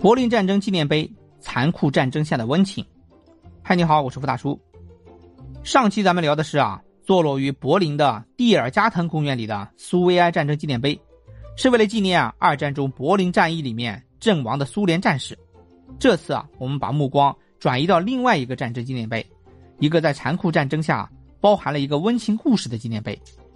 柏林战争纪念碑，残酷战争下的温情。嗨，你好，我是付大叔。上期咱们聊的是坐落于柏林的蒂尔加滕公园里的苏维埃战争纪念碑，是为了纪念二战中柏林战役里面阵亡的苏联战士。这次我们把目光转移到另外一个战争纪念碑，一个在残酷战争下包含了一个温情故事的纪念碑。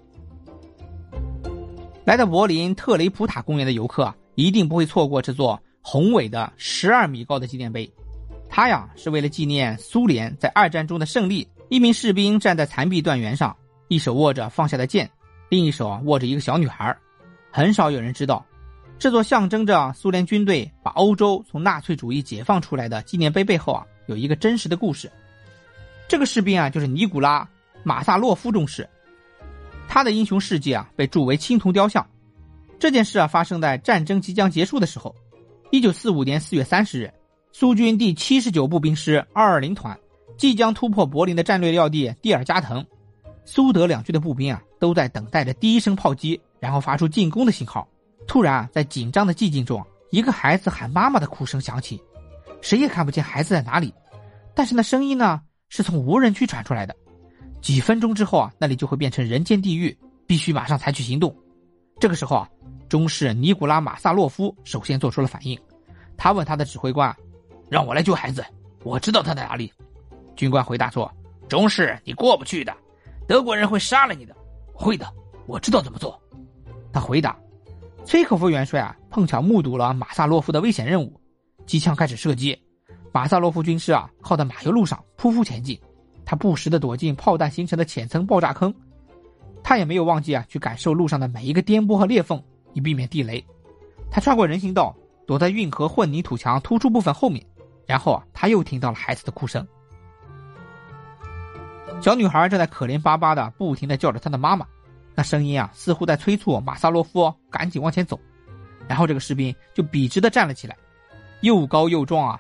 来到柏林特雷普塔公园的游客一定不会错过这座宏伟的12米高的纪念碑。它是为了纪念苏联在二战中的胜利。一名士兵站在残壁断垣上，一手握着放下的剑，另一手握着一个小女孩。很少有人知道，这座象征着苏联军队把欧洲从纳粹主义解放出来的纪念碑背后有一个真实的故事。这个士兵就是尼古拉·马萨洛夫中士，他的英雄事迹被铸为青铜雕像。这件事发生在战争即将结束的时候。1945年4月30日，苏军第79步兵师220团即将突破柏林的战略要地蒂尔加滕，苏德两军的步兵都在等待着第一声炮击，然后发出进攻的信号。突然在紧张的寂静中，一个孩子喊妈妈的哭声响起，谁也看不见孩子在哪里，但是那声音是从无人区传出来的。几分钟之后那里就会变成人间地狱，必须马上采取行动。这个时候中士尼古拉·马萨洛夫首先做出了反应，他问他的指挥官：让我来救孩子，我知道他在哪里。军官回答说：中士，你过不去的，德国人会杀了你的。会的，我知道怎么做。他回答。崔可夫元帅碰巧目睹了马萨洛夫的危险任务，机枪开始射击。马萨洛夫军师靠在马油路上匍匐前进，他不时地躲进炮弹形成的浅层爆炸坑。他也没有忘记去感受路上的每一个颠簸和裂缝，以避免地雷。他穿过人行道，躲在运河混凝土墙突出部分后面，然后他又听到了孩子的哭声。小女孩正在可怜巴巴的不停地叫着她的妈妈，那声音似乎在催促马萨洛夫赶紧往前走。然后这个士兵就笔直地站了起来，又高又壮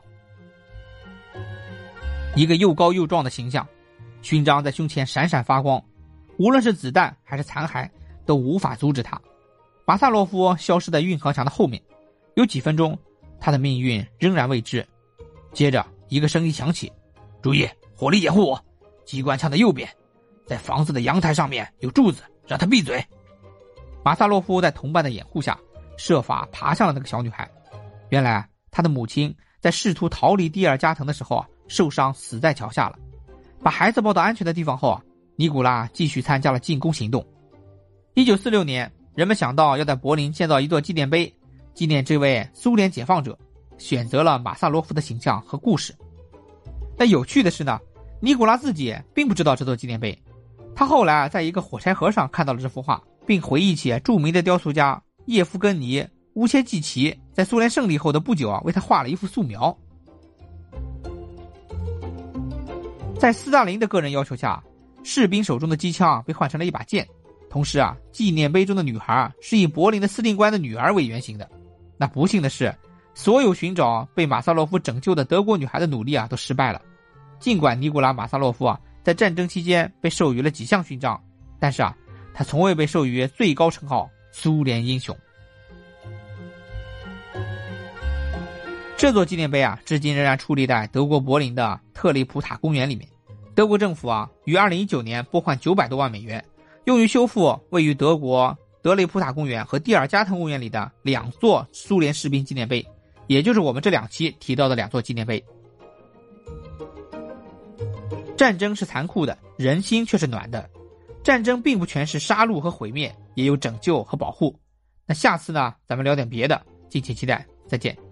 一个又高又壮的形象，勋章在胸前闪闪发光，无论是子弹还是残骸都无法阻止他。马萨洛夫消失在运河墙的后面，有几分钟他的命运仍然未知。接着一个声音响起：注意，火力掩护我，机关枪的右边，在房子的阳台上面有柱子，让他闭嘴。马萨洛夫在同伴的掩护下设法爬向了那个小女孩。原来他的母亲在试图逃离蒂尔加滕的时候受伤死在桥下了。把孩子抱到安全的地方后尼古拉继续参加了进攻行动。1946年，人们想到要在柏林建造一座纪念碑，纪念这位苏联解放者，选择了马萨洛夫的形象和故事。但有趣的是尼古拉自己并不知道这座纪念碑。他后来在一个火柴盒上看到了这幅画，并回忆起著名的雕塑家叶夫根尼·乌切季奇在苏联胜利后的不久为他画了一幅素描。在斯大林的个人要求下，士兵手中的机枪被换成了一把剑。同时纪念碑中的女孩是以柏林的司令官的女儿为原型的。那不幸的是，所有寻找被马萨洛夫拯救的德国女孩的努力都失败了。尽管尼古拉·马萨洛夫在战争期间被授予了几项勋章，但是他从未被授予最高称号苏联英雄。这座纪念碑至今仍然矗立在德国柏林的特雷普塔公园里面。德国政府于2019年拨款900多万美元，用于修复位于德国德雷普塔公园和蒂尔加滕公园里的2座苏联士兵纪念碑，也就是我们这2期提到的2座纪念碑。战争是残酷的，人心却是暖的。战争并不全是杀戮和毁灭，也有拯救和保护。那下次咱们聊点别的，敬请期待，再见。